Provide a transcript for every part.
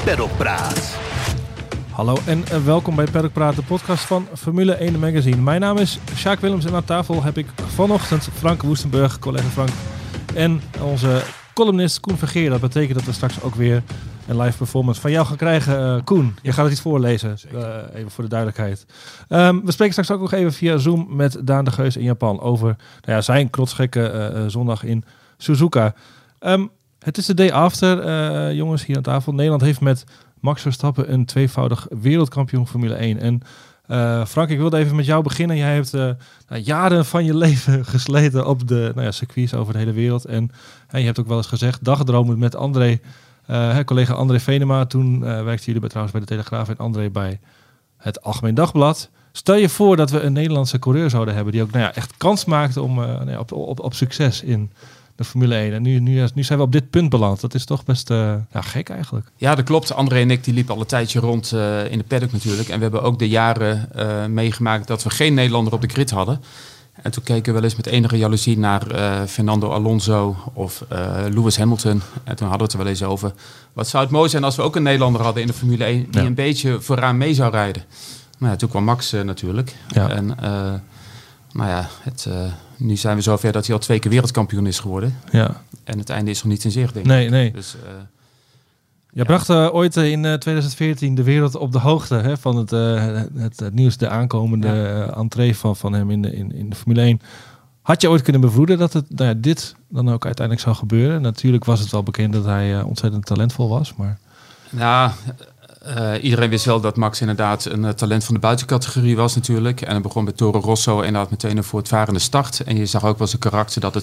Paddock Praat. Hallo en welkom bij Paddock Praat, de podcast van Formule 1 Magazine. Mijn naam is Sjaak Willems en aan tafel heb ik vanochtend Frank Woestenburg, collega Frank, en onze columnist Koen Vergeer. Dat betekent dat we straks ook weer een live performance van jou gaan krijgen. Koen, je gaat het iets voorlezen, even voor de duidelijkheid. We spreken straks ook nog even via Zoom met Daan de Geus in Japan over zijn knotsgekke zondag in Suzuka. Het is de day after, jongens, hier aan tafel. Nederland heeft met Max Verstappen een tweevoudig wereldkampioen Formule 1. En Frank, ik wilde even met jou beginnen. Jij hebt jaren van je leven gesleten op de circuits over de hele wereld. En je hebt ook wel eens gezegd, dagdromen met André, collega André Venema. Toen werkten jullie trouwens bij de Telegraaf en André bij het Algemeen Dagblad. Stel je voor dat we een Nederlandse coureur zouden hebben die ook echt kans maakte om op succes in de Formule 1. En nu zijn we op dit punt beland. Dat is toch best gek eigenlijk. Ja, dat klopt. André en ik die liepen al een tijdje rond in de paddock natuurlijk. En we hebben ook de jaren meegemaakt dat we geen Nederlander op de grid hadden. En toen keken we wel eens met enige jaloezie naar Fernando Alonso of Lewis Hamilton. En toen hadden we het er wel eens over. Wat zou het mooi zijn als we ook een Nederlander hadden in de Formule 1... die een beetje vooraan mee zou rijden. Nou ja, toen kwam Max natuurlijk. Ja. En nu zijn we zover dat hij al 2 keer wereldkampioen is geworden. Ja. En het einde is nog niet in zicht, denk ik. Nee. Dus, Je bracht ooit in 2014 de wereld op de hoogte van het nieuws, de aankomende entree van hem in de Formule 1. Had je ooit kunnen bevroeden dat dit dan ook uiteindelijk zou gebeuren? Natuurlijk was het wel bekend dat hij ontzettend talentvol was, maar... Iedereen wist wel dat Max inderdaad een talent van de buitencategorie was natuurlijk. En hij begon bij Toro Rosso inderdaad meteen een voortvarende start. En je zag ook wel zijn karakter dat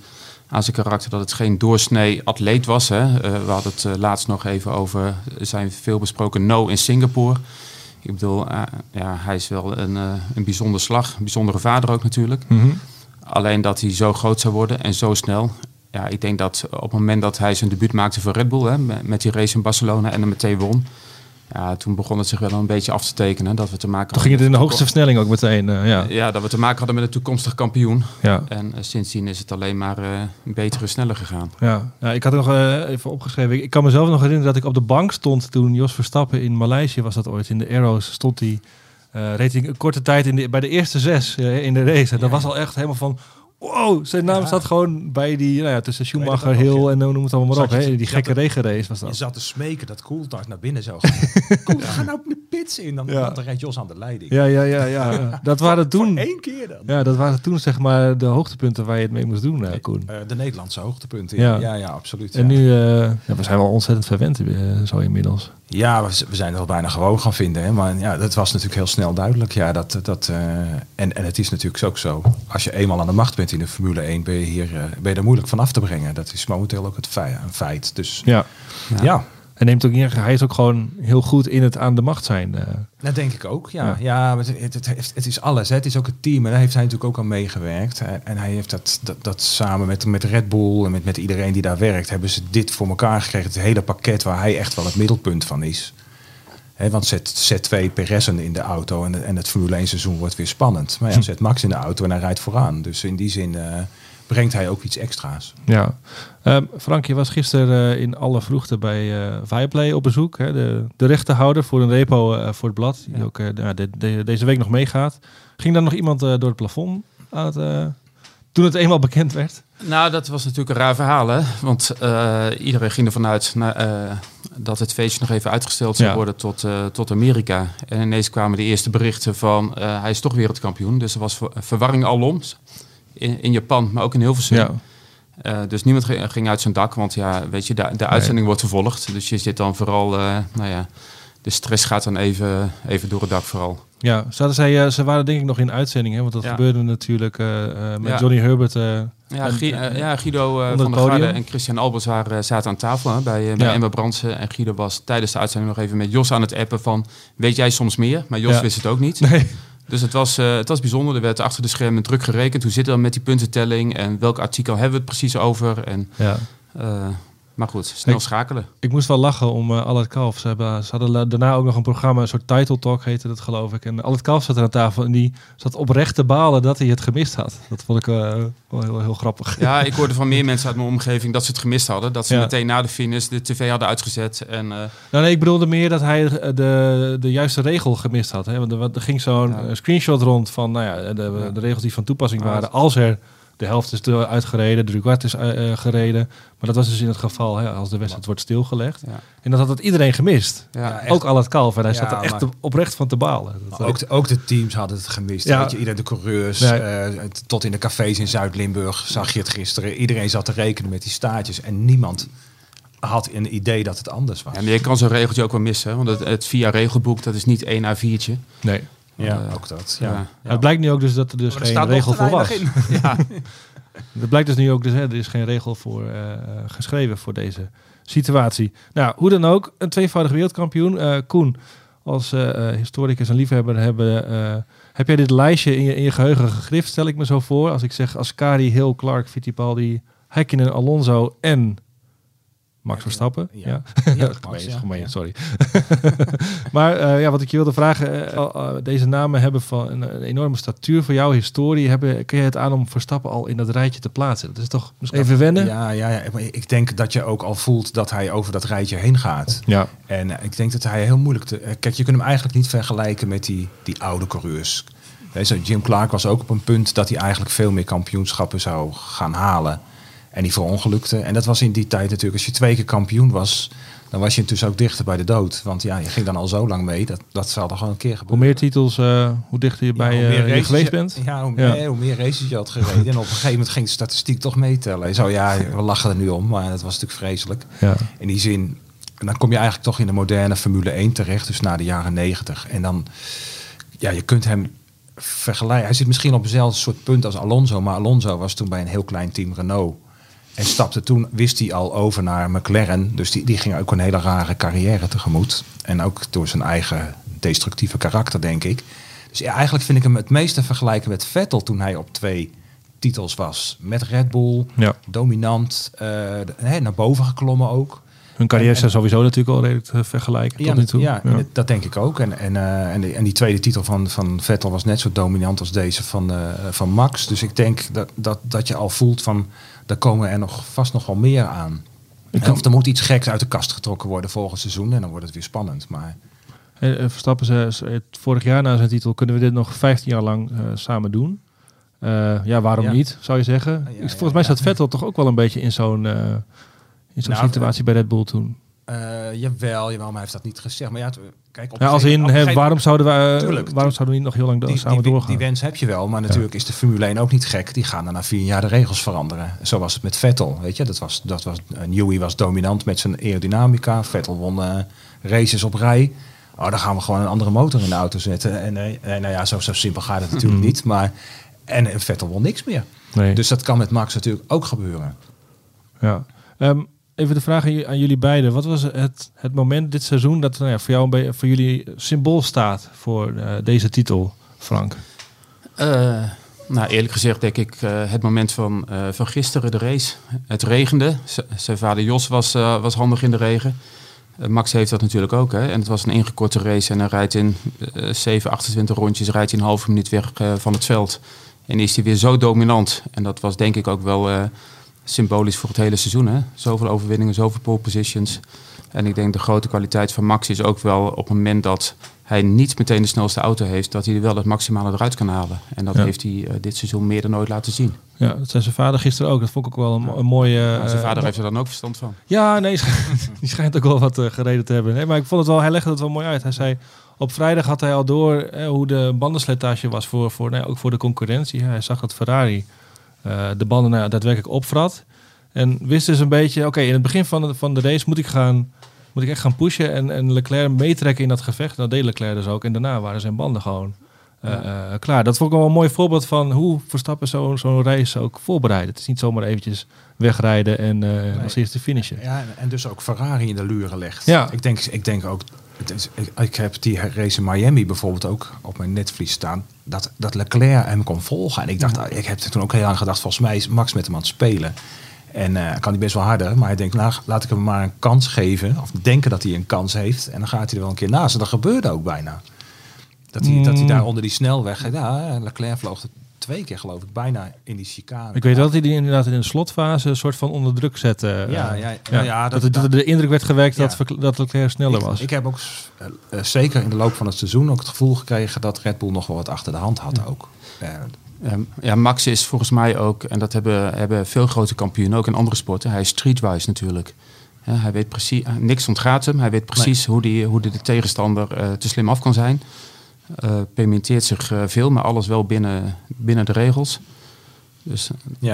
het geen doorsnee atleet was. Hè. We hadden het laatst nog even over zijn veelbesproken no in Singapore. Ik bedoel, hij is wel een bijzonder slag. Een bijzondere vader ook natuurlijk. Mm-hmm. Alleen dat hij zo groot zou worden en zo snel. Ja, ik denk dat op het moment dat hij zijn debuut maakte voor Red Bull, hè, met die race in Barcelona en dan meteen won. Ja, toen begon het zich wel een beetje af te tekenen. Dat we te maken toen ging het in de hoogste versnelling ook meteen. Dat we te maken hadden met een toekomstig kampioen. Ja. En sindsdien is het alleen maar beter en sneller gegaan. Ja, ik had er nog even opgeschreven. Ik kan mezelf nog herinneren dat ik op de bank stond toen Jos Verstappen in Maleisië was dat ooit. In de Aero's stond hij, reed hij een korte tijd bij de eerste 6 in de race. En dat was al echt helemaal van... Wow, zijn naam staat gewoon bij die, tussen Schumacher, Hill en noem het allemaal maar op. Die gekke regenrace was dat. Je zat te smeken dat Coulthard naar binnen zou gaan. Ga nou op de pits in, dan rijdt Jos aan de leiding. Ja. Dat waren toen... Voor 1 keer dan. Ja, dat waren toen zeg maar de hoogtepunten waar je het mee moest doen, Koen. De Nederlandse hoogtepunten, ja, absoluut. En nu, we zijn wel ontzettend verwend zo inmiddels. Ja, we zijn het al bijna gewoon gaan vinden. Hè? Maar ja, dat was natuurlijk heel snel duidelijk. Ja, en het is natuurlijk ook zo. Als je eenmaal aan de macht bent in de Formule 1, ben je er moeilijk van af te brengen. Dat is momenteel ook een feit. Dus ja. En hij is ook gewoon heel goed in het aan de macht zijn. Dat denk ik ook, ja. Het is alles. Hè. Het is ook het team. En daar heeft hij natuurlijk ook aan meegewerkt. En hij heeft dat samen met Red Bull en met iedereen die daar werkt, hebben ze dit voor elkaar gekregen. Het hele pakket waar hij echt wel het middelpunt van is. He, want zet 2 Perez in de auto en het Formule 1 seizoen wordt weer spannend. Maar zet Max in de auto en hij rijdt vooraan. Dus in die zin brengt hij ook iets extra's. Ja. Frank, je was gisteren in alle vroegte bij Viaplay op bezoek. Hè? De rechtenhouder voor een repo voor het blad. Die ook deze week nog meegaat. Ging daar nog iemand door het plafond toen het eenmaal bekend werd? Nou, dat was natuurlijk een raar verhaal, hè? Want iedereen ging ervan uit dat het feestje nog even uitgesteld zou worden tot Amerika. En ineens kwamen de eerste berichten van hij is toch wereldkampioen. Dus er was verwarring alom in Japan, maar ook in Hilversum. Ja. Dus niemand ging uit zijn dak, want weet je, de uitzending wordt vervolgd. Dus je zit dan vooral, de stress gaat dan even door het dak vooral. Ja, ze waren denk ik nog in uitzending, hè? Want dat gebeurde natuurlijk met Johnny Herbert. Guido van der Garde en Christian Albers zaten aan tafel bij Emma Brandsen. En Guido was tijdens de uitzending nog even met Jos aan het appen van, weet jij soms meer? Maar Jos wist het ook niet. Nee. Dus het was bijzonder. Er werd achter de schermen druk gerekend. Hoe zit het dan met die puntentelling? En welk artikel hebben we het precies over? En Maar goed, snel schakelen. Ik moest wel lachen om Allard Kalf. Ze hadden daarna ook nog een programma, een soort title talk heette dat, geloof ik. En Allard Kalf zat er aan tafel en die zat oprecht te balen dat hij het gemist had. Dat vond ik wel heel grappig. Ja, ik hoorde van meer mensen uit mijn omgeving dat ze het gemist hadden. Dat ze meteen na de finish de tv hadden uitgezet. En, nee, ik bedoelde meer dat hij de juiste regel gemist had. Hè? Want er ging zo'n screenshot rond van de regels die van toepassing waren. Als er de helft is uitgereden, de driekwart is gereden. Maar dat was dus in het geval als de wedstrijd wordt stilgelegd. Ja. En dat had het iedereen gemist. Ja, ook Allard Kalf. En hij zat er echt oprecht van te balen. Ook de teams hadden het gemist. Ja. Weet je, iedereen de coureurs. Tot in de cafés in Zuid-Limburg zag je het gisteren. Iedereen zat te rekenen met die staartjes. En niemand had een idee dat het anders was. Ja, maar je kan zo'n regeltje ook wel missen. Want het via regelboek, dat is niet 1 A4'tje. Nee. Ja, ook dat. Ja. Het blijkt nu ook dus dat er dus geen regel voor was. Ja. Het blijkt dus nu ook, er is geen regel voor geschreven voor deze situatie. Nou, hoe dan ook, een tweevoudig wereldkampioen. Koen, als historicus en liefhebber heb jij dit lijstje in je geheugen gegrift, stel ik me zo voor. Als ik zeg Ascari, Hill, Clark, Fittipaldi, Häkkinen, Alonso en Max Verstappen. Ja. Gemeen, sorry. Maar wat ik je wilde vragen, deze namen hebben van een enorme statuur voor jouw historie. Kun je het aan om Verstappen al in dat rijtje te plaatsen? Dat is toch even wennen? Ja. Ik denk dat je ook al voelt dat hij over dat rijtje heen gaat. Ja. En ik denk dat hij heel moeilijk... Kijk, je kunt hem eigenlijk niet vergelijken met die oude coureurs. Jim Clark was ook op een punt dat hij eigenlijk veel meer kampioenschappen zou gaan halen. En die verongelukte. En dat was in die tijd natuurlijk, als je 2 keer kampioen was, dan was je intussen ook dichter bij de dood. Want je ging dan al zo lang mee. Dat zal er gewoon een keer gebeuren. Hoe meer titels, hoe dichter je bij je geweest bent. Ja, hoe meer races je had gereden. En op een gegeven moment ging de statistiek toch meetellen. We lachen er nu om, maar dat was natuurlijk vreselijk. Ja. In die zin, dan kom je eigenlijk toch in de moderne Formule 1 terecht. Dus na de jaren 90. En dan, je kunt hem vergelijken. Hij zit misschien op hetzelfde soort punt als Alonso. Maar Alonso was toen bij een heel klein team Renault. En stapte toen, wist hij al over naar McLaren. Dus die ging ook een hele rare carrière tegemoet. En ook door zijn eigen destructieve karakter, denk ik. Dus eigenlijk vind ik hem het meeste vergelijken met Vettel toen hij op 2 titels was. Met Red Bull, dominant, naar boven geklommen ook. Hun carrière zijn sowieso natuurlijk al redelijk te vergelijken tot nu toe. Ja, dat denk ik ook. En die tweede titel van Vettel was net zo dominant als deze van Max. Dus ik denk dat je al voelt van, daar komen er vast nog wel meer aan. Of er moet iets geks uit de kast getrokken worden volgend seizoen. En dan wordt het weer spannend. Maar Verstappen zei vorig jaar na zijn titel, kunnen we dit nog 15 jaar lang samen doen? Waarom niet, zou je zeggen? Volgens mij zat Vettel toch ook wel een beetje in zo'n situatie bij Red Bull toen. Jawel, maar hij heeft dat niet gezegd. Maar kijk, waarom zouden we niet nog heel lang samen doorgaan? Die wens heb je wel, maar natuurlijk is de Formule 1 ook niet gek. Die gaan dan na 4 jaar de regels veranderen. Zo was het met Vettel, weet je. Dat was Newey was dominant met zijn aerodynamica. Vettel won races op rij. Dan gaan we gewoon een andere motor in de auto zetten. En zo simpel gaat het natuurlijk niet. Maar en Vettel won niks meer. Nee. Dus dat kan met Max natuurlijk ook gebeuren. Ja. Even de vraag aan jullie beiden. Wat was het moment dit seizoen dat voor jullie symbool staat voor deze titel, Frank? Eerlijk gezegd denk ik het moment van gisteren, de race. Het regende. Zijn vader Jos was handig in de regen. Max heeft dat natuurlijk ook. Hè? En het was een ingekorte race en hij rijdt in 28 rondjes, rijdt hij een halve minuut weg van het veld. En is hij weer zo dominant. En dat was denk ik ook wel symbolisch voor het hele seizoen. Hè? Zoveel overwinningen, zoveel pole positions. En ik denk de grote kwaliteit van Max is ook wel op het moment dat hij niet meteen de snelste auto heeft, dat hij er wel het maximale eruit kan halen. En dat heeft hij dit seizoen meer dan ooit laten zien. Ja, dat zei zijn vader gisteren ook. Dat vond ik ook wel een mooie... zijn vader heeft er dan ook verstand van. Ja, nee, die schijnt ook wel wat gereden te hebben. Nee, maar ik vond het wel, hij legde het wel mooi uit. Hij zei, op vrijdag had hij al door hoe de bandenslijtage was ook voor de concurrentie. Hij zag dat Ferrari de banden daadwerkelijk opvrat. En wist dus een beetje, oké, in het begin van de race moet ik echt gaan pushen en Leclerc meetrekken in dat gevecht. Dat deed Leclerc dus ook. En daarna waren zijn banden gewoon klaar. Dat vond ik wel een mooi voorbeeld van hoe Verstappen zo'n race ook voorbereiden. Het is niet zomaar eventjes wegrijden en als eerste finishen. Ja, en dus ook Ferrari in de luren legt. Ja. Ik denk ook, ik heb die race in Miami bijvoorbeeld ook op mijn netvlies staan, dat Leclerc hem kon volgen. En ik dacht, ik heb toen ook heel lang gedacht, volgens mij is Max met hem aan het spelen. En kan hij best wel harder. Maar hij denkt, nou, laat ik hem maar een kans geven. Of denken dat hij een kans heeft. En dan gaat hij er wel een keer naast. En dat gebeurde ook bijna. Dat hij daar onder die snelweg... Ja, Leclerc vloog 2 keer, geloof ik, bijna in die chicane. Ik weet wel dat hij die inderdaad in de slotfase een soort van onder druk zette. Dat de indruk werd gewekt dat Leclerc sneller was. Ik heb ook zeker in de loop van het seizoen ook het gevoel gekregen dat Red Bull nog wel wat achter de hand had ook. Max is volgens mij ook, en dat hebben veel grote kampioenen ook in andere sporten, hij is streetwise natuurlijk. Ja, hij weet precies, niks ontgaat hem. Hij weet precies hoe de tegenstander te slim af kan zijn. Permitteert zich veel, maar alles wel binnen de regels. Dus,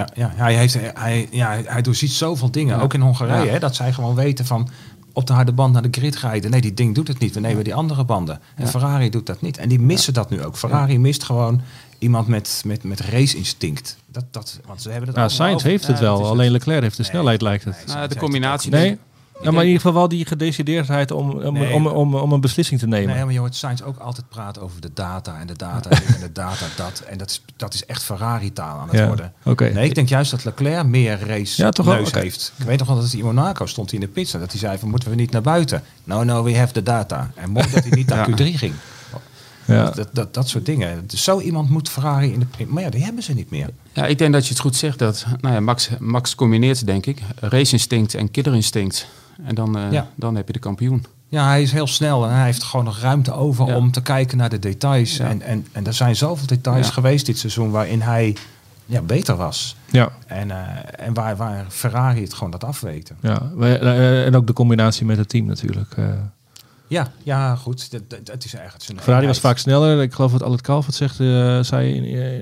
hij doorziet zoveel dingen, ook in Hongarije, hè, dat zij gewoon weten van op de harde band naar de grid rijden. Nee, die ding doet het niet. We nemen die andere banden. En Ferrari doet dat niet. En die missen dat nu ook. Ferrari mist gewoon iemand met race instinct. Want ze hebben het Sainz heeft het wel, alleen Leclerc heeft de snelheid, lijkt het. De combinatie. Nee. Ja, maar in ieder geval wel die gedecideerdheid om een beslissing te nemen. Nee, maar je hoort Sainz ook altijd praten over de data en de data en de data dat. En dat is echt Ferrari-taal aan het worden. Okay. Nee, ik denk juist dat Leclerc meer race-neus heeft. Ik weet nog wel dat hij in Monaco stond in de pits. Dat hij zei van, moeten we niet naar buiten? No, we have the data. En mooi dat hij niet naar Q3 ging. Ja. Dat soort dingen. Dus zo iemand moet Ferrari in de... Maar ja, die hebben ze niet meer. Ja, ik denk dat je het goed zegt. Dat Max combineert, denk ik. Race instinct en killer instinct. En dan heb je de kampioen. Ja, hij is heel snel en hij heeft gewoon nog ruimte over om te kijken naar de details. Ja. En er zijn zoveel details geweest dit seizoen waarin hij beter was. Ja. En waar Ferrari het gewoon dat afweten. Ja, en ook de combinatie met het team natuurlijk. Ja, goed. Het is eigenlijk Ferrari was vaak sneller. Ik geloof dat Albert Kalf zegt, zei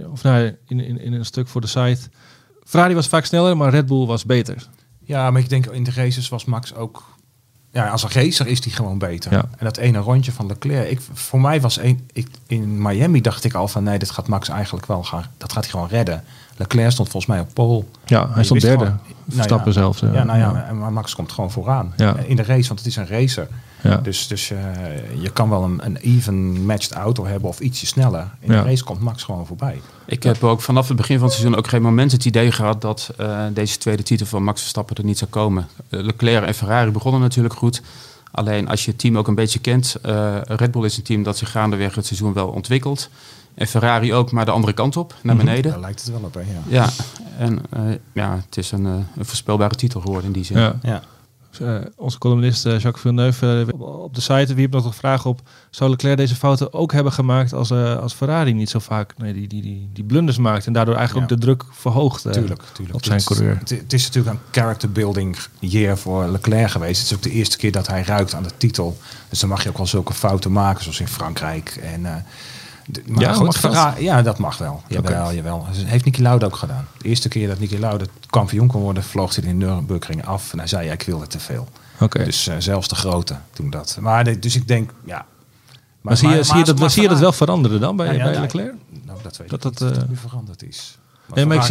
in een stuk voor de site. Ferrari was vaak sneller, maar Red Bull was beter. Ja, maar ik denk in de races was Max ook... Ja, als een racer is hij gewoon beter. Ja. En dat ene rondje van Leclerc... Voor mij was in Miami dacht ik al van... Nee, dit gaat Max eigenlijk wel gaan... Dat gaat hij gewoon redden. Leclerc stond volgens mij op pole. Ja, hij stond derde. Verstappen zelfs. Maar Max komt gewoon vooraan. Ja. In de race, want het is een racer. Ja. Dus je kan wel een even matched auto hebben of ietsje sneller. In de race komt Max gewoon voorbij. Ik heb ook vanaf het begin van het seizoen ook geen moment het idee gehad dat deze tweede titel van Max Verstappen er niet zou komen. Leclerc en Ferrari begonnen natuurlijk goed. Alleen als je het team ook een beetje kent. Red Bull is een team dat zich gaandeweg het seizoen wel ontwikkelt. En Ferrari ook, maar de andere kant op, naar beneden. Daar lijkt het wel op, hè? Ja, en het is een voorspelbare titel geworden in die zin. Ja. Onze columnist Jacques Villeneuve op de site wierp nog een vraag op: zou Leclerc deze fouten ook hebben gemaakt als Ferrari niet zo vaak die blunders maakt en daardoor eigenlijk ook de druk verhoogt tuurlijk. Op zijn coureur? Het is natuurlijk een character building year voor Leclerc geweest. Het is ook de eerste keer dat hij ruikt aan de titel. Dus dan mag je ook wel zulke fouten maken zoals in Frankrijk. Maar goed, Ferrari, dat mag wel. Jawel. Dat heeft Niki Lauda ook gedaan. De eerste keer dat Niki Lauda kampioen kon worden, vloog hij in de Nürburgring af. En hij zei, ik wilde te veel. Okay. Dus zelfs de grote toen dat. Maar dus ik denk, Maar zie je dat wel veranderen dan bij Leclerc? Nou, dat weet ik niet of dat nu veranderd is. Maar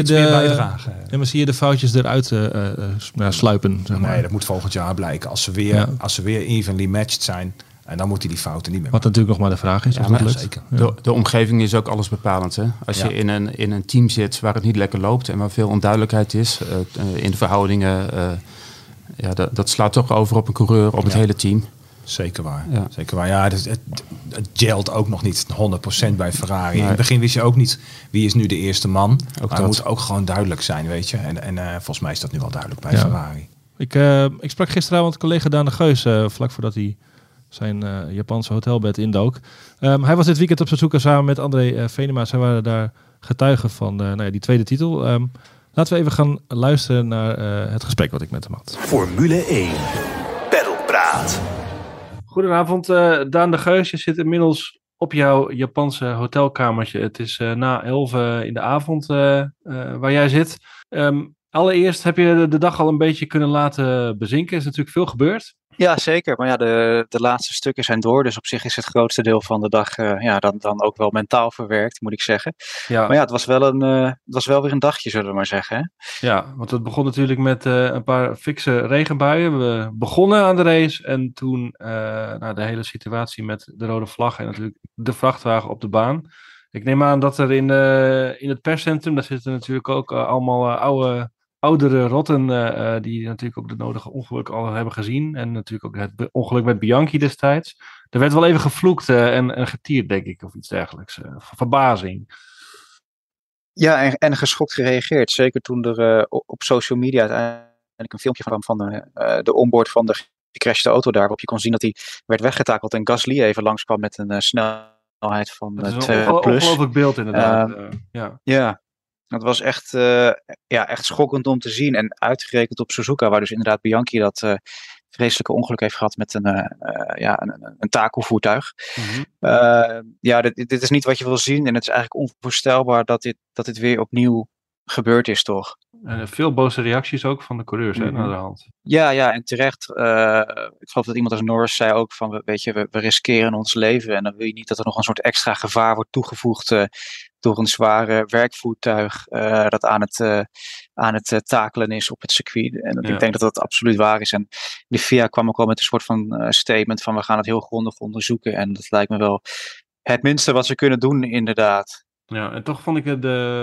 zie je de foutjes eruit sluipen? Zeg maar. Nee, dat moet volgend jaar blijken. Als ze weer evenly matched zijn... En dan moet hij die fouten niet meer maken. Wat natuurlijk nog maar de vraag is. Ja, maar zeker. De omgeving is ook alles bepalend. Hè? Als je in een team zit waar het niet lekker loopt... en waar veel onduidelijkheid is in de verhoudingen... dat slaat toch over op een coureur, op het hele team. Zeker waar. Ja. Zeker waar. Ja, het gelt ook nog niet 100% bij Ferrari. Nee. In het begin wist je ook niet wie is nu de eerste man. Maar het moet ook gewoon duidelijk zijn, weet je. En volgens mij is dat nu wel duidelijk bij Ferrari. Ik sprak gisteravond collega Daan de Geus... vlak voordat hij zijn Japanse hotelbed indook. Hij was dit weekend op zijn zoeken samen met André Venema. Zij waren daar getuigen van die tweede titel. Laten we even gaan luisteren naar het gesprek wat ik met hem had. Formule 1. Peddelpraat. Goedenavond, Daan de Geus. Je zit inmiddels op jouw Japanse hotelkamertje. Het is na 11 in de avond waar jij zit. Allereerst heb je de dag al een beetje kunnen laten bezinken. Er is natuurlijk veel gebeurd. Ja, zeker. Maar de laatste stukken zijn door. Dus op zich is het grootste deel van de dag dan ook wel mentaal verwerkt, moet ik zeggen. Ja. Maar het was wel weer een dagje, zullen we maar zeggen. Hè? Ja, want het begon natuurlijk met een paar fikse regenbuien. We begonnen aan de race en toen de hele situatie met de rode vlag en natuurlijk de vrachtwagen op de baan. Ik neem aan dat er in het perscentrum, daar zitten natuurlijk ook allemaal oude oudere rotten die natuurlijk ook de nodige ongeluk al hebben gezien. En natuurlijk ook het ongeluk met Bianchi destijds. Er werd wel even gevloekt en getierd, denk ik, of iets dergelijks. Verbazing. Ja, en geschokt gereageerd. Zeker toen er op social media uiteindelijk een filmpje kwam van de onboard van de gecrashte auto daar. Waarop je kon zien dat hij werd weggetakeld en Gasly even langskwam met een snelheid van 2+. Dat is een ongelooflijk beeld inderdaad. Ja, dat was echt schokkend om te zien. En uitgerekend op Suzuka, waar dus inderdaad Bianchi dat vreselijke ongeluk heeft gehad met een takelvoertuig. Mm-hmm. Dit is niet wat je wil zien. En het is eigenlijk onvoorstelbaar dat dit weer opnieuw gebeurd is, toch? Veel boze reacties ook van de coureurs naar de hand. Ja, en terecht. Ik geloof dat iemand als Norris zei ook van, weet je, we riskeren ons leven. En dan wil je niet dat er nog een soort extra gevaar wordt toegevoegd door een zware werkvoertuig dat aan het takelen is op het circuit. En ik denk dat dat absoluut waar is. En de FIA kwam ook al met een soort van statement van, we gaan het heel grondig onderzoeken. En dat lijkt me wel het minste wat ze kunnen doen, inderdaad. Ja, en toch vond ik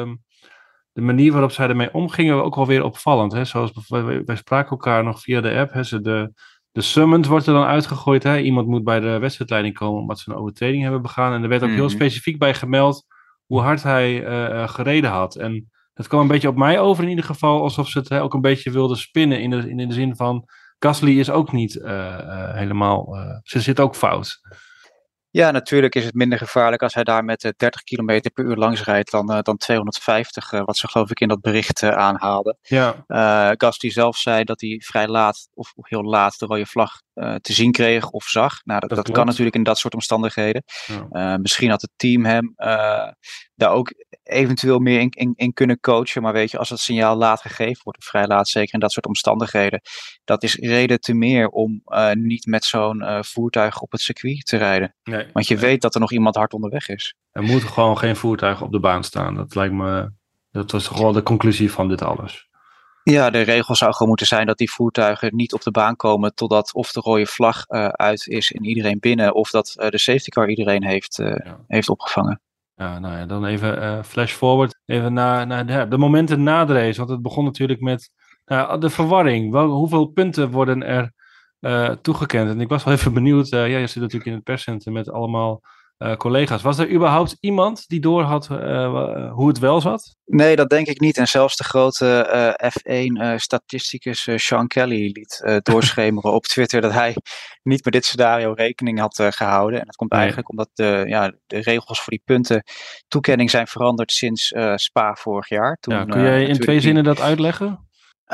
de manier waarop zij ermee omgingen ook wel weer opvallend. Hè? Zoals wij spraken elkaar nog via de app. Hè? De summons wordt er dan uitgegooid. Hè? Iemand moet bij de wedstrijdleiding komen omdat ze een overtreding hebben begaan. En er werd ook heel specifiek bij gemeld hoe hard hij gereden had. En het kwam een beetje op mij over in ieder geval, alsof ze het ook een beetje wilden spinnen in de zin van Gasly is ook niet helemaal... ze zit ook fout. Ja, natuurlijk is het minder gevaarlijk als hij daar met 30 km per uur langs rijdt dan 250, wat ze geloof ik in dat bericht aanhaalden. Ja. Gasly zelf zei dat hij vrij laat of heel laat de rode vlag te zien kreeg of zag. Nou, dat kan natuurlijk in dat soort omstandigheden. Ja. Misschien had het team hem daar ook eventueel meer in kunnen coachen. Maar weet je, als het signaal laat gegeven wordt, of vrij laat, zeker in dat soort omstandigheden, dat is reden te meer om niet met zo'n voertuig op het circuit te rijden. Nee, want je weet dat er nog iemand hard onderweg is. Er moet gewoon geen voertuig op de baan staan. Dat lijkt me, dat was gewoon de conclusie van dit alles. Ja, de regel zou gewoon moeten zijn dat die voertuigen niet op de baan komen totdat of de rode vlag uit is en iedereen binnen, of dat de safety car iedereen heeft opgevangen. Ja, nou ja, dan even flash forward, even naar de momenten na de race. Want het begon natuurlijk met de verwarring. Hoeveel punten worden er toegekend? En ik was wel even benieuwd. Je zit natuurlijk in het perscentrum met allemaal collega's. Was er überhaupt iemand die door had hoe het wel zat? Nee, dat denk ik niet. En zelfs de grote F1-statisticus Sean Kelly liet doorschemeren op Twitter dat hij niet met dit scenario rekening had gehouden. En dat komt eigenlijk omdat de regels voor die punten toekenning zijn veranderd sinds Spa vorig jaar. Toen, kun jij in 2 zinnen dat uitleggen?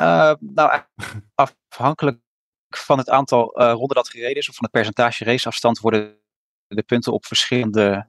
Afhankelijk van het aantal ronden dat gereden is of van het percentage raceafstand worden de punten op verschillende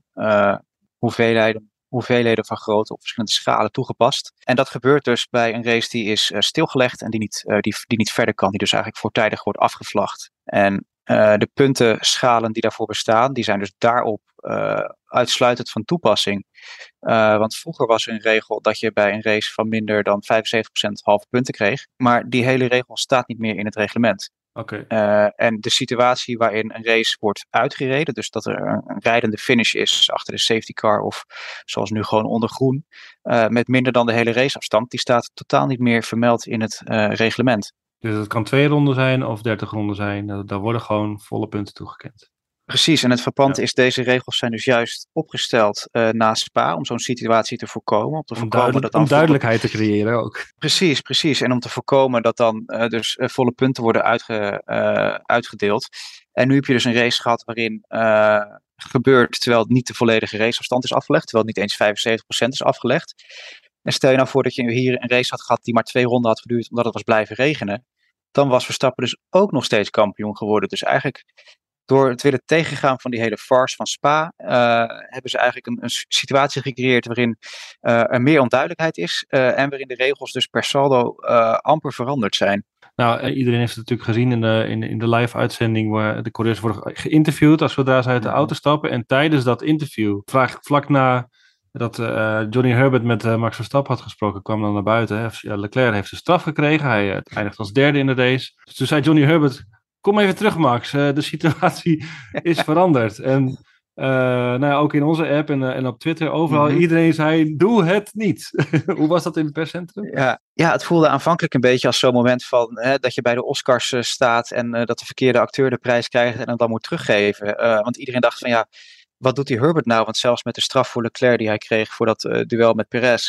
hoeveelheden van grootte op verschillende schalen toegepast. En dat gebeurt dus bij een race die is stilgelegd en die niet verder kan, die dus eigenlijk voortijdig wordt afgevlagd. En de puntenschalen die daarvoor bestaan, die zijn dus daarop uitsluitend van toepassing. Want vroeger was er een regel dat je bij een race van minder dan 75% halve punten kreeg. Maar die hele regel staat niet meer in het reglement. Okay. En de situatie waarin een race wordt uitgereden, dus dat er een rijdende finish is achter de safety car of zoals nu gewoon onder groen, met minder dan de hele raceafstand, die staat totaal niet meer vermeld in het reglement. Dus het kan 2 ronden zijn of 30 ronden zijn, daar worden gewoon volle punten toegekend. Precies, en het frappante is, deze regels zijn dus juist opgesteld na Spa om zo'n situatie te voorkomen. Om duidelijkheid te creëren ook. Precies. En om te voorkomen dat dan dus volle punten worden uitgedeeld. En nu heb je dus een race gehad waarin gebeurt terwijl niet de volledige raceafstand is afgelegd. Terwijl het niet eens 75% is afgelegd. En stel je nou voor dat je hier een race had gehad die maar 2 ronden had geduurd omdat het was blijven regenen. Dan was Verstappen dus ook nog steeds kampioen geworden. Dus eigenlijk door het willen tegengaan van die hele farce van Spa, hebben ze eigenlijk een situatie gecreëerd waarin er meer onduidelijkheid is en waarin de regels dus per saldo amper veranderd zijn. Nou, iedereen heeft het natuurlijk gezien in de live uitzending waar de coureurs worden geïnterviewd zodra ze uit de auto stappen. En tijdens dat interview, vlak na dat Johnny Herbert met Max Verstappen had gesproken, kwam dan naar buiten. Leclerc heeft een straf gekregen, hij eindigt als derde in de race. Dus toen zei Johnny Herbert: kom even terug, Max. De situatie is veranderd. En Ook in onze app en op Twitter, overal, iedereen zei, doe het niet. Hoe was dat in het perscentrum? Ja, het voelde aanvankelijk een beetje als zo'n moment van dat je bij de Oscars staat en dat de verkeerde acteur de prijs krijgt en hem dan moet teruggeven. Want iedereen dacht van ja, wat doet die Herbert nou? Want zelfs met de straf voor Leclerc die hij kreeg voor dat duel met Perez,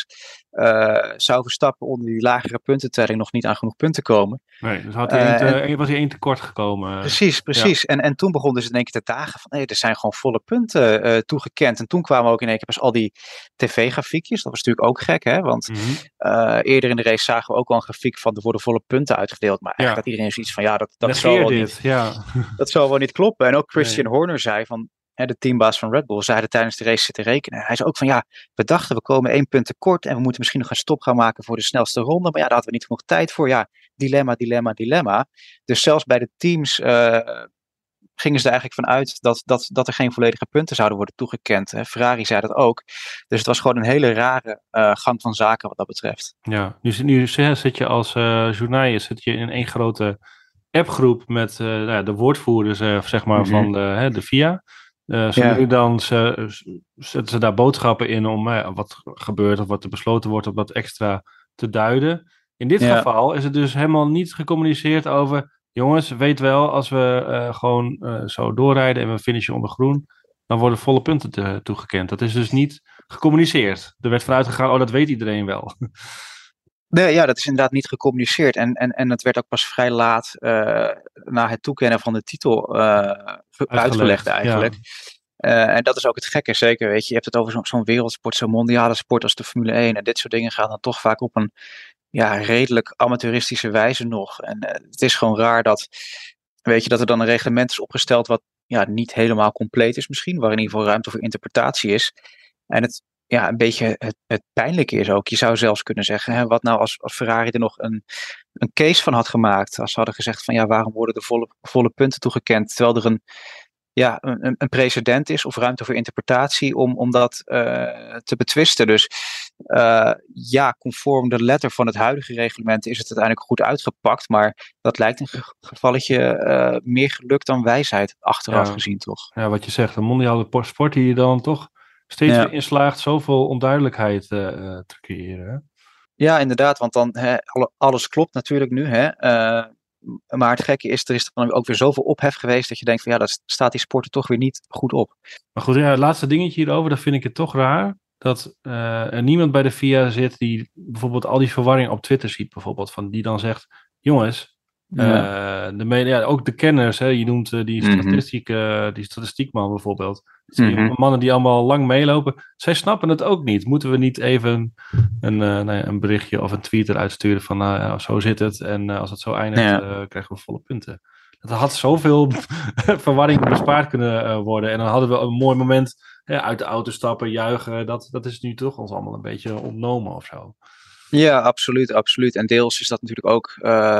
zou Verstappen onder die lagere puntentelling nog niet aan genoeg punten komen. Nee, dus was hij 1 tekort gekomen. Precies. Ja. En toen begonnen ze in één keer te dagen van er zijn gewoon volle punten toegekend. En toen kwamen ook in één keer pas al die tv-grafiekjes. Dat was natuurlijk ook gek, hè? Want eerder in de race zagen we ook al een grafiek van er worden volle punten uitgedeeld. Maar eigenlijk had iedereen zoiets van dat zal wel niet. Ja. Dat zal wel niet kloppen. En ook Christian Horner zei van de teambaas van Red Bull, zeiden tijdens de race zitten rekenen. Hij zei ook van we dachten we komen 1 punt tekort en we moeten misschien nog een stop gaan maken voor de snelste ronde. Maar daar hadden we niet genoeg tijd voor. Ja, dilemma. Dus zelfs bij de teams gingen ze er eigenlijk vanuit dat er geen volledige punten zouden worden toegekend. Ferrari zei dat ook. Dus het was gewoon een hele rare gang van zaken wat dat betreft. Ja, nu zit je als journalist in één grote appgroep met de woordvoerders van de FIA. Nu dan zetten ze daar boodschappen in om wat gebeurt of wat er besloten wordt om dat extra te duiden. In dit geval is het dus helemaal niet gecommuniceerd over, jongens, weet wel, als we gewoon zo doorrijden en we finishen onder groen, dan worden volle punten toegekend. Dat is dus niet gecommuniceerd. Er werd vanuit gegaan, dat weet iedereen wel. Nee, dat is inderdaad niet gecommuniceerd. En het werd ook pas vrij laat na het toekennen van de titel uitgelegd eigenlijk. Ja. En dat is ook het gekke, zeker. Weet je hebt het over zo'n wereldsport, zo'n mondiale sport als de Formule 1. En dit soort dingen gaan dan toch vaak op een redelijk amateuristische wijze nog. En het is gewoon raar dat er dan een reglement is opgesteld wat niet helemaal compleet is misschien. Waar in ieder geval ruimte voor interpretatie is. En het een beetje het pijnlijke is ook. Je zou zelfs kunnen zeggen, wat nou als Ferrari er nog een case van had gemaakt. Als ze hadden gezegd van waarom worden de volle punten toegekend. Terwijl er een precedent is of ruimte voor interpretatie om dat te betwisten. Dus conform de letter van het huidige reglement is het uiteindelijk goed uitgepakt. Maar dat lijkt een gevalletje meer geluk dan wijsheid achteraf gezien, toch? Ja, wat je zegt, een mondiale sport die je dan toch steeds weer in slaagt zoveel onduidelijkheid te creëren. Hè? Ja, inderdaad, want dan alles klopt natuurlijk nu. Maar het gekke is, er is dan ook weer zoveel ophef geweest dat je denkt van dat staat die sport er toch weer niet goed op. Maar goed, het laatste dingetje hierover, dat vind ik het toch raar. Dat er niemand bij de FIA zit die bijvoorbeeld al die verwarring op Twitter ziet bijvoorbeeld. Van die dan zegt, jongens, ook de kenners, je noemt die statistiekman bijvoorbeeld. Mannen die allemaal lang meelopen, zij snappen het ook niet. Moeten we niet even een berichtje of een tweet eruit sturen van zo zit het en als het zo eindigt krijgen we volle punten. Dat had zoveel verwarring bespaard kunnen worden en dan hadden we een mooi moment uit de auto stappen, juichen. Dat is nu toch ons allemaal een beetje ontnomen of zo. Ja, absoluut. En deels is dat natuurlijk ook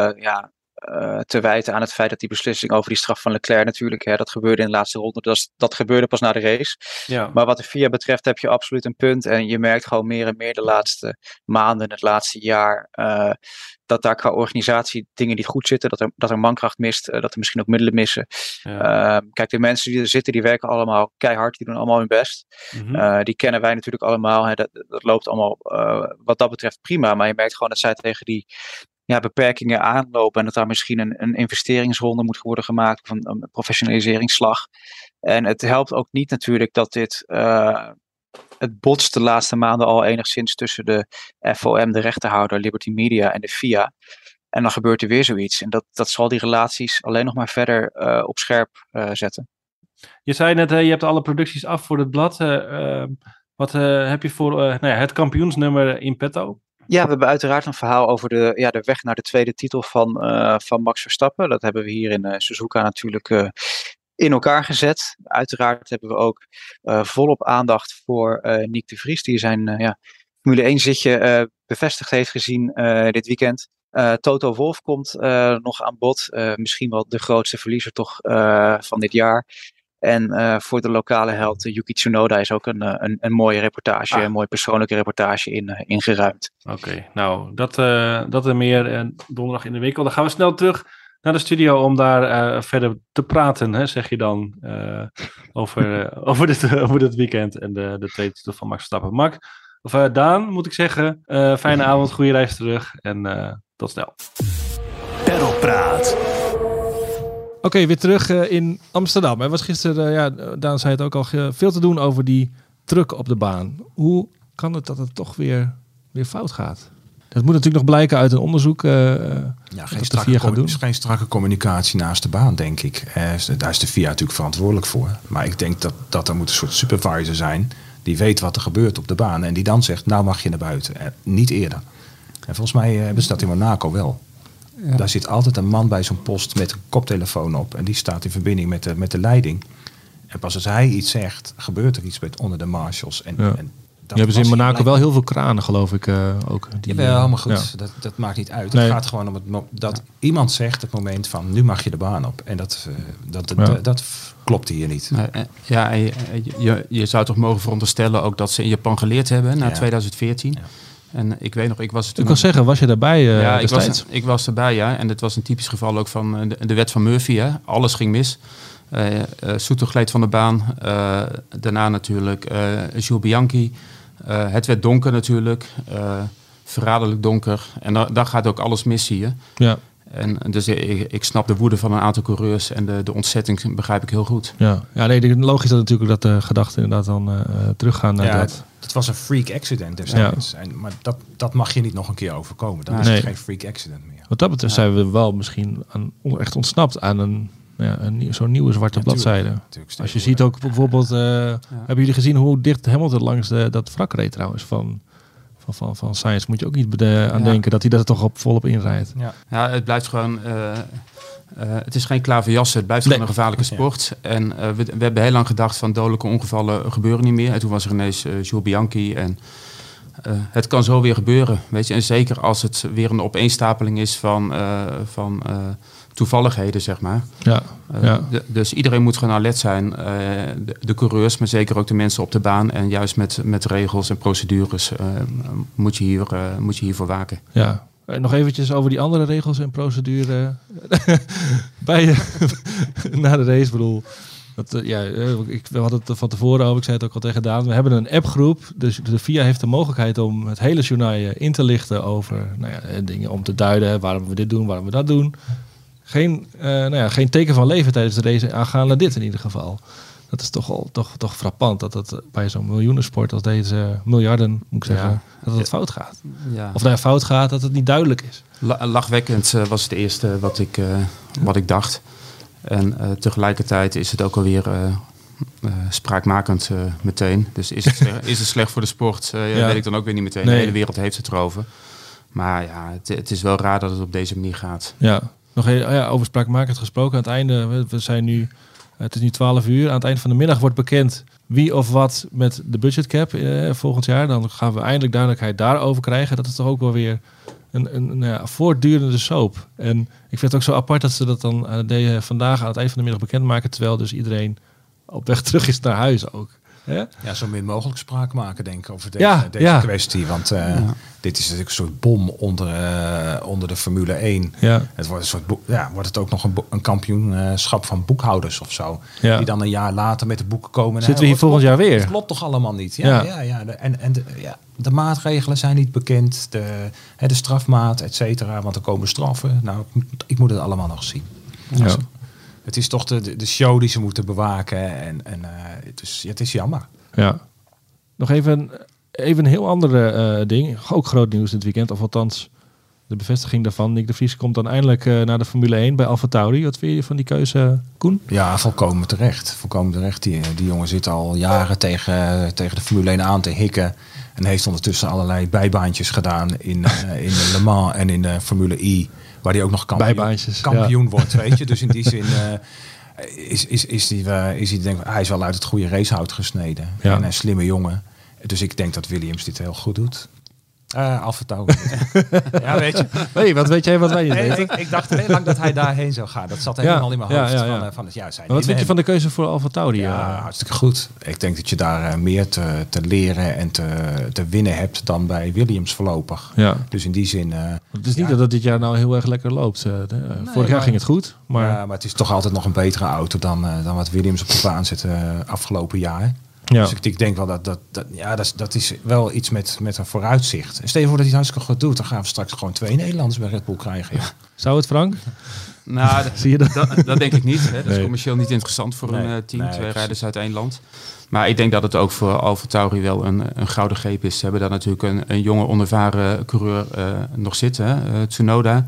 te wijten aan het feit dat die beslissing over die straf van Leclerc natuurlijk, dat gebeurde in de laatste ronde, dat gebeurde pas na de race. Ja. Maar wat de FIA betreft heb je absoluut een punt en je merkt gewoon meer en meer de laatste maanden, het laatste jaar, dat daar qua organisatie dingen niet goed zitten, dat er mankracht mist, dat er misschien ook middelen missen. Ja. Kijk, de mensen die er zitten, die werken allemaal keihard, die doen allemaal hun best. Die kennen wij natuurlijk allemaal, dat loopt allemaal wat dat betreft prima, maar je merkt gewoon dat zij tegen die beperkingen aanlopen en dat daar misschien een investeringsronde moet worden gemaakt of een professionaliseringsslag. En het helpt ook niet natuurlijk dat dit het botst de laatste maanden al enigszins tussen de FOM, de rechterhouder, Liberty Media en de FIA. En dan gebeurt er weer zoiets. En dat zal die relaties alleen nog maar verder op scherp zetten. Je zei net, je hebt alle producties af voor het blad. Wat heb je voor het kampioensnummer in petto? Ja, we hebben uiteraard een verhaal over de weg naar de tweede titel van Max Verstappen. Dat hebben we hier in Suzuka natuurlijk in elkaar gezet. Uiteraard hebben we ook volop aandacht voor Nick de Vries, die zijn Formule 1 zitje bevestigd heeft gezien dit weekend. Toto Wolff komt nog aan bod. Misschien wel de grootste verliezer toch van dit jaar. En voor de lokale held Yuki Tsunoda is ook een mooie reportage, een mooie persoonlijke reportage ingeruimd. Oké, nou dat en meer donderdag in de winkel. Dan gaan we snel terug naar de studio om daar verder te praten, hè, zeg je dan, over dit weekend en de tweede titel van Max Verstappen. Daan, moet ik zeggen, fijne avond, goede reis terug en tot snel. Pedalpraat. Oké, weer terug in Amsterdam. Er was gisteren, Daan zei het ook al, veel te doen over die truck op de baan. Hoe kan het dat het toch weer fout gaat? Dat moet natuurlijk nog blijken uit een onderzoek. Geen strakke communicatie naast de baan, denk ik. Daar is de FIA natuurlijk verantwoordelijk voor. Maar ik denk dat er moet een soort supervisor zijn die weet wat er gebeurt op de baan. En die dan zegt, nou mag je naar buiten. Niet eerder. En volgens mij hebben ze dat in Monaco wel. Ja. Daar zit altijd een man bij zo'n post met een koptelefoon op. En die staat in verbinding met de leiding. En pas als hij iets zegt, gebeurt er iets onder de marshals. En je hebben ze in Monaco wel heel veel kranen, geloof ik ook. Helemaal goed. Ja. Dat maakt niet uit. Nee. Het gaat gewoon om dat iemand zegt het moment van nu mag je de baan op. En dat klopt hier niet. Je zou toch mogen veronderstellen ook dat ze in Japan geleerd hebben na 2014. Ja. En ik weet nog, ik was toen... Ik kan zeggen, was je daarbij ik was erbij, ja. En het was een typisch geval ook van de wet van Murphy. Hè. Alles ging mis. Soeter gleed van de baan. Daarna natuurlijk Jules Bianchi. Het werd donker natuurlijk. Verraderlijk donker. En daar gaat ook alles mis, zie je. Ja. En dus ik snap de woede van een aantal coureurs en de ontzetting begrijp ik heel goed. Logisch dat natuurlijk dat de gedachten inderdaad dan teruggaan naar dat. Het was een freak accident destijds. Ja. Maar dat mag je niet nog een keer overkomen. Dan is het geen freak accident meer. Wat dat betreft zijn we wel misschien echt ontsnapt aan zo'n nieuwe zwarte bladzijde. Als je ziet ook bijvoorbeeld, hebben jullie gezien hoe dicht Hamilton langs dat wrak reed trouwens van Sainz? Moet je ook niet aan denken dat hij daar toch volop inrijdt. Ja, het blijft gewoon... het is geen klaverjassen, het blijft gewoon een gevaarlijke sport. Ja. En we hebben heel lang gedacht van dodelijke ongevallen gebeuren niet meer. En toen was er ineens Jules Bianchi en het kan zo weer gebeuren. Weet je? En zeker als het weer een opeenstapeling is van toevalligheden, zeg maar. Dus iedereen moet gewoon alert zijn. De coureurs, maar zeker ook de mensen op de baan. En juist met regels en procedures moet je hiervoor waken. Ja. Nog eventjes over die andere regels en procedure na de race. Bedoel, we hadden het van tevoren over, ik zei het ook al tegen Daan. We hebben een appgroep, dus de FIA heeft de mogelijkheid om het hele journaal in te lichten over dingen om te duiden, waarom we dit doen, waarom we dat doen. Geen teken van leven tijdens de race aangaande dit in ieder geval. Dat is toch frappant dat bij zo'n miljoenensport als deze, miljarden moet ik zeggen, dat het fout gaat. Ja. Of daar fout gaat, dat het niet duidelijk is. Lachwekkend was het eerste wat ik dacht. En tegelijkertijd is het ook alweer spraakmakend meteen. Dus is het slecht voor de sport? Weet ik dan ook weer niet meteen. Nee. De hele wereld heeft het erover. Maar het is wel raar dat het op deze manier gaat. Ja, nog over spraakmakend gesproken. Aan het einde, we zijn nu... Het is nu 12 uur. Aan het eind van de middag wordt bekend wie of wat met de budgetcap volgend jaar. Dan gaan we eindelijk duidelijkheid daarover krijgen. Dat is toch ook wel weer een voortdurende soap. En ik vind het ook zo apart dat ze dat dan vandaag aan het eind van de middag bekendmaken. Terwijl dus iedereen op weg terug is naar huis ook. Ja, zo min mogelijk spraak maken, denk ik, over deze kwestie. Want dit is natuurlijk een soort bom onder de Formule 1. Ja. Het wordt wordt het ook nog een kampioenschap van boekhouders of zo. Ja. Die dan een jaar later met de boeken komen. Zitten we hier volgend jaar weer? Dat klopt toch allemaal niet? Ja. De maatregelen zijn niet bekend. De strafmaat, et cetera. Want er komen straffen. Nou, ik moet het allemaal nog zien. Ja. Het is toch de show die ze moeten bewaken. En het is jammer. Ja. Nog even een heel ander ding. Ook groot nieuws dit weekend. Of althans, de bevestiging daarvan. Nick de Vries komt dan eindelijk naar de Formule 1 bij AlphaTauri. Wat vind je van die keuze, Koen? Ja, volkomen terecht. Die jongen zit al jaren tegen de Formule 1 aan te hikken. En heeft ondertussen allerlei bijbaantjes gedaan in Le Mans en in de Formule I. Waar hij ook nog kampioen wordt, weet je. Dus in die zin is hij denk ik, hij is wel uit het goede racehout gesneden. Ja. En een slimme jongen. Dus ik denk dat Williams dit heel goed doet. Alfa Tauri. Ja, weet je. Hey, wat weet jij wat wij niet weten? Ik dacht heel lang dat hij daarheen zou gaan. Dat zat helemaal in mijn hoofd. Wat vind je van de keuze voor Alfa Tauri? Ja, hartstikke goed. Ik denk dat je daar meer te leren en te winnen hebt dan bij Williams voorlopig. Ja. Dus in die zin... het is niet dat het dit jaar nou heel erg lekker loopt. Vorig jaar ging het goed. Maar het is toch altijd nog een betere auto dan wat Williams op de baan zet afgelopen jaar. Ja. Dus ik denk wel dat is wel iets met een vooruitzicht. Stel je voor dat hij het hartstikke goed doet, dan gaan we straks gewoon 2 Nederlanders bij Red Bull krijgen. Ja. Zou het, Frank? Nou, zie je dat denk ik niet. Hè. Dat is commercieel niet interessant voor een team. 2 rijders uit 1 land. Maar ik denk dat het ook voor Alfa Tauri wel een gouden greep is. Ze hebben daar natuurlijk een jonge, onervaren coureur nog zitten, Tsunoda.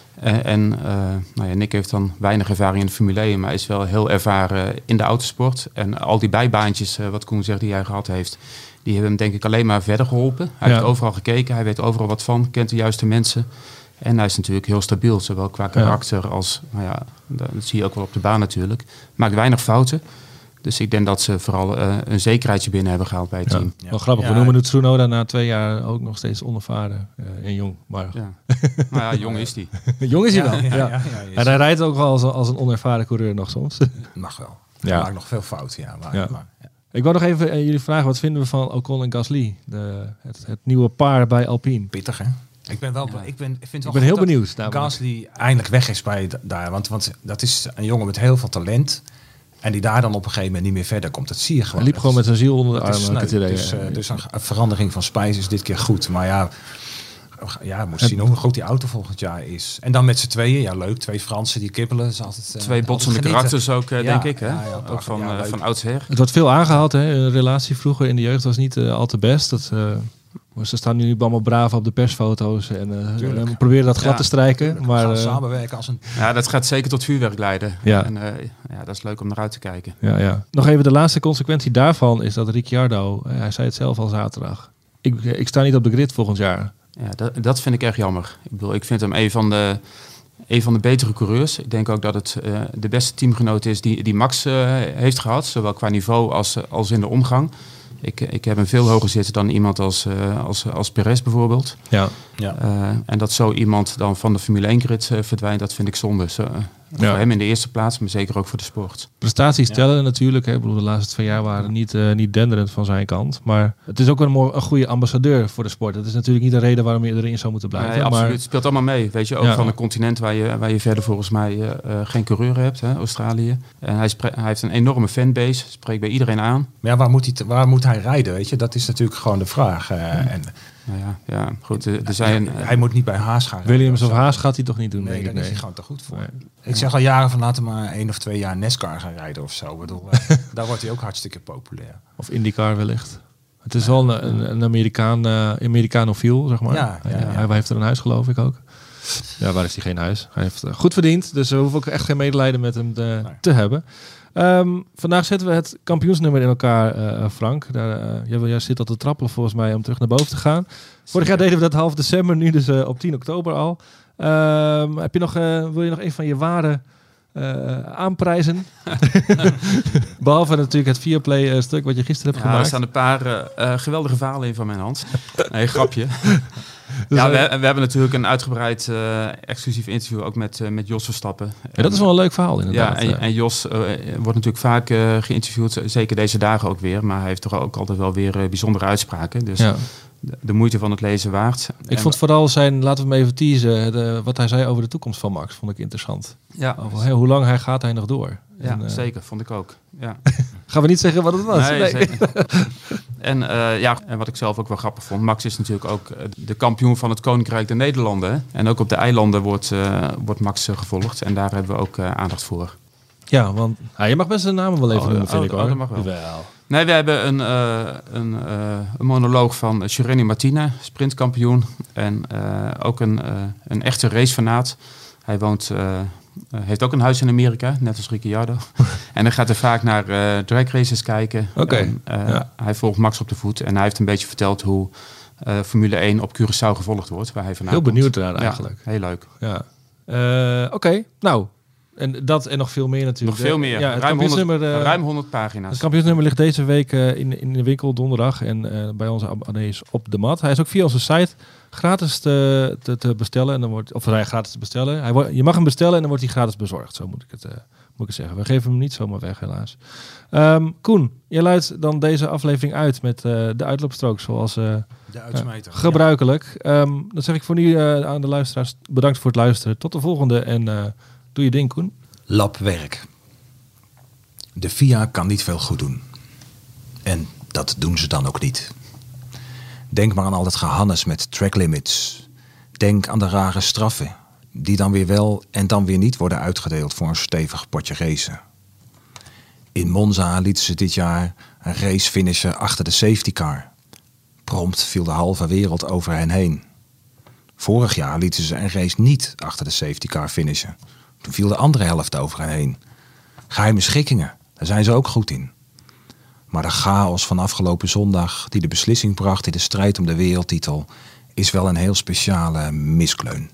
Nick heeft dan weinig ervaring in de Formule 1, maar is wel heel ervaren in de autosport. En al die bijbaantjes, wat Koen zegt, die hij gehad heeft, die hebben hem denk ik alleen maar verder geholpen. Hij heeft overal gekeken, hij weet overal wat van, kent de juiste mensen. En hij is natuurlijk heel stabiel, zowel qua karakter als, dat zie je ook wel op de baan natuurlijk. Maakt weinig fouten. Dus ik denk dat ze vooral een zekerheidje binnen hebben gehaald bij het team. Ja. Wel grappig, we noemen nu Tsunoda na 2 jaar ook nog steeds onervaren en jong. Maar jong is hij. Jong is hij wel. Ja. En hij rijdt ook wel als een onervaren coureur nog soms. Mag wel. Hij maakt nog veel fouten, Maar. Ik wou nog even jullie vragen, wat vinden we van Ocon en Gasly? Het nieuwe paar bij Alpine. Pittig, hè? Ik ben heel benieuwd. Gasly eindelijk weg is bij daar. Want dat is een jongen met heel veel talent. En die daar dan op een gegeven moment niet meer verder komt. Dat zie je gewoon. Hij liep gewoon met zijn ziel onder de arm. Dus een verandering van Spijs is dit keer goed. Maar moet zien hoe goed die auto volgend jaar is. En dan met z'n tweeën. leuk. 2 Fransen die kippelen. Is altijd, 2 botsende karakters ook, denk ik. Hè? Ook van oudsher. Het wordt veel aangehaald. Hè? Een relatie vroeger in de jeugd was niet al te best. Ze staan nu allemaal braaf op de persfoto's en proberen dat glad te strijken. Maar gaan samenwerken als een... Ja, dat gaat zeker tot vuurwerk leiden. Ja. En dat is leuk om naar uit te kijken. Ja. Nog even de laatste consequentie daarvan is dat Ricciardo, hij zei het zelf al zaterdag, ik sta niet op de grid volgend jaar. Ja, dat vind ik echt jammer. Ik vind hem een van de betere coureurs. Ik denk ook dat het de beste teamgenoot is die Max heeft gehad. Zowel qua niveau als in de omgang. Ik heb hem veel hoger zitten dan iemand als Perez bijvoorbeeld. Ja. En dat zo iemand dan van de Formule 1 grid verdwijnt, dat vind ik zonde. Voor hem in de eerste plaats, maar zeker ook voor de sport. Prestaties tellen natuurlijk. Hè. Ik bedoel, de laatste 2 jaar waren niet denderend van zijn kant. Maar het is ook een goede ambassadeur voor de sport. Dat is natuurlijk niet de reden waarom je erin zou moeten blijven. Nee, absoluut. Het speelt allemaal mee. Weet je, ook van een continent waar je verder volgens mij geen coureur hebt, hè, Australië. En hij heeft een enorme fanbase, spreekt bij iedereen aan. Maar waar moet hij rijden? Weet je? Dat is natuurlijk gewoon de vraag. Goed. Hij moet niet bij Haas gaan rijden. Williams of Haas gaat hij toch niet doen? Nee, daar is hij gewoon te goed voor. Nee. Ik zeg al jaren van laten maar 1 of 2 jaar NASCAR gaan rijden of zo. Ik bedoel, daar wordt hij ook hartstikke populair. Of IndyCar wellicht. Het is wel een Americanofiel, zeg maar. Hij heeft er een huis, geloof ik ook. Ja, waar is hij geen huis? Hij heeft goed verdiend, dus we hoeven ook echt geen medelijden met hem te hebben. Vandaag zetten we het kampioensnummer in elkaar, Frank. Jij zit al te trappelen volgens mij om terug naar boven te gaan. Vorig jaar deden we dat half december, nu dus op 10 oktober al. Wil je nog een van je waarden aanprijzen? Behalve natuurlijk het Viaplay stuk wat je gisteren hebt gemaakt. Er staan een paar geweldige verhalen in van mijn hand. Nee, grapje. Dus we hebben natuurlijk een uitgebreid exclusief interview ook met Jos Verstappen. Ja, dat is wel een leuk verhaal inderdaad. Ja, en Jos wordt natuurlijk vaak geïnterviewd, zeker deze dagen ook weer. Maar hij heeft toch ook altijd wel weer bijzondere uitspraken. Dus de moeite van het lezen waard. Ik vond vooral laten we hem even teasen, wat hij zei over de toekomst van Max, vond ik interessant. Ja. Over, hoe lang gaat hij nog door? Ja, zeker, vond ik ook. Ja. Gaan we niet zeggen wat het was? Nee. Zeker. En wat ik zelf ook wel grappig vond, Max is natuurlijk ook de kampioen van het Koninkrijk der Nederlanden. Hè? En ook op de eilanden wordt Max gevolgd en daar hebben we ook aandacht voor. Ja, want je mag best de namen wel even noemen, vind ik hoor. Dat mag wel. Nee, we hebben een monoloog van Giovanni Martina, sprintkampioen. En ook een echte racefanaat. Hij heeft ook een huis in Amerika, net als Ricciardo. En dan gaat hij vaak naar drag races kijken. Okay. Hij volgt Max op de voet. En hij heeft een beetje verteld hoe Formule 1 op Curaçao gevolgd wordt. Waar hij vandaan heel benieuwd daar eigenlijk. Ja, heel leuk. Ja. Oké, nou... En dat en nog veel meer natuurlijk. Nog veel meer. Ja, ruim 100 pagina's. Het kampioensnummer ligt deze week in de winkel donderdag. En bij onze abonnees op de mat. Hij is ook via onze site gratis te bestellen. En dan wordt, of gratis te bestellen. Je mag hem bestellen en dan wordt hij gratis bezorgd. Zo moet ik het zeggen. We geven hem niet zomaar weg, helaas. Koen, je luidt dan deze aflevering uit met de uitloopstrook zoals de uitsmijter. Gebruikelijk. Dan zeg ik voor nu aan de luisteraars bedankt voor het luisteren. Tot de volgende en doe je ding, Koen. Labwerk. De FIA kan niet veel goed doen. En dat doen ze dan ook niet. Denk maar aan al dat gehannes met track limits. Denk aan de rare straffen die dan weer wel en dan weer niet worden uitgedeeld voor een stevig potje racen. In Monza lieten ze dit jaar een race finishen achter de safety car. Prompt viel de halve wereld over hen heen. Vorig jaar lieten ze een race niet achter de safety car finishen. Toen viel de andere helft over hen heen. Geheime schikkingen, daar zijn ze ook goed in. Maar de chaos van afgelopen zondag die de beslissing bracht in de strijd om de wereldtitel is wel een heel speciale miskleun.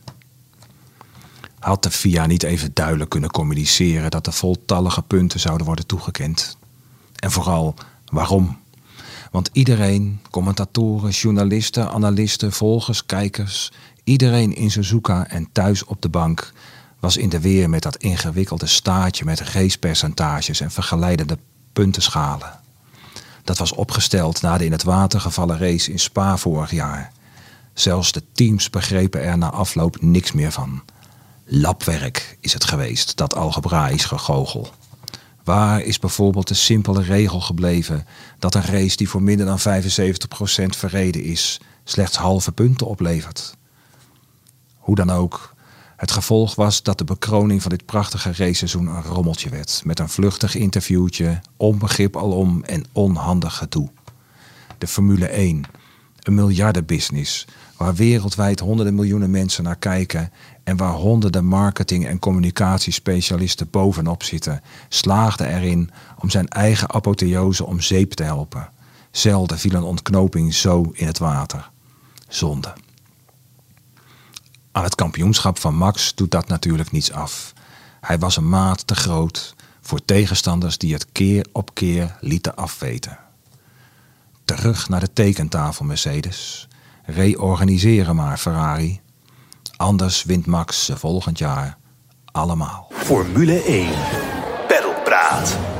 Had de FIA niet even duidelijk kunnen communiceren dat de voltallige punten zouden worden toegekend? En vooral, waarom? Want iedereen, commentatoren, journalisten, analisten, volgers, kijkers, iedereen in Suzuka en thuis op de bank was in de weer met dat ingewikkelde staartje met racepercentages en vergeleidende puntenschalen. Dat was opgesteld na de in het water gevallen race in Spa vorig jaar. Zelfs de teams begrepen er na afloop niks meer van. Labwerk is het geweest, dat algebraisch gegoochel. Waar is bijvoorbeeld de simpele regel gebleven dat een race die voor minder dan 75% verreden is, slechts halve punten oplevert? Hoe dan ook, het gevolg was dat de bekroning van dit prachtige raceseizoen een rommeltje werd, met een vluchtig interviewtje, onbegrip alom en onhandig gedoe. De Formule 1, een miljardenbusiness, waar wereldwijd honderden miljoenen mensen naar kijken en waar honderden marketing- en communicatiespecialisten bovenop zitten, slaagde erin om zijn eigen apotheose om zeep te helpen. Zelden viel een ontknoping zo in het water. Zonde. Aan het kampioenschap van Max doet dat natuurlijk niets af. Hij was een maat te groot voor tegenstanders die het keer op keer lieten afweten. Terug naar de tekentafel, Mercedes. Reorganiseren maar, Ferrari. Anders wint Max ze volgend jaar allemaal. Formule 1. Peddelpraat.